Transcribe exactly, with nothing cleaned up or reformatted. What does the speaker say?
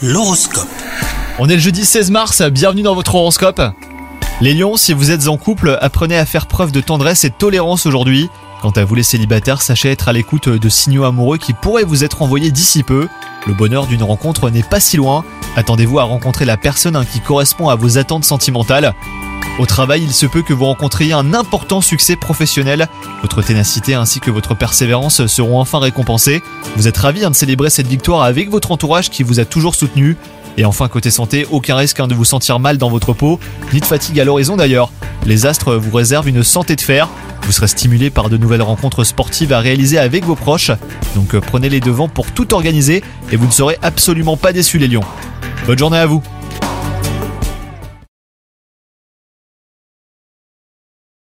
L'horoscope. On est le jeudi seize mars, bienvenue dans votre horoscope. Les lions, si vous êtes en couple, apprenez à faire preuve de tendresse et de tolérance aujourd'hui. Quant à vous les célibataires, sachez être à l'écoute de signaux amoureux qui pourraient vous être envoyés d'ici peu. Le bonheur d'une rencontre n'est pas si loin. Attendez-vous à rencontrer la personne qui correspond à vos attentes sentimentales. Au travail, il se peut que vous rencontriez un important succès professionnel. Votre ténacité ainsi que votre persévérance seront enfin récompensées. Vous êtes ravis de célébrer cette victoire avec votre entourage qui vous a toujours soutenu. Et enfin, côté santé, aucun risque de vous sentir mal dans votre peau, ni de fatigue à l'horizon d'ailleurs. Les astres vous réservent une santé de fer. Vous serez stimulé par de nouvelles rencontres sportives à réaliser avec vos proches. Donc prenez les devants pour tout organiser et vous ne serez absolument pas déçus les lions. Bonne journée à vous.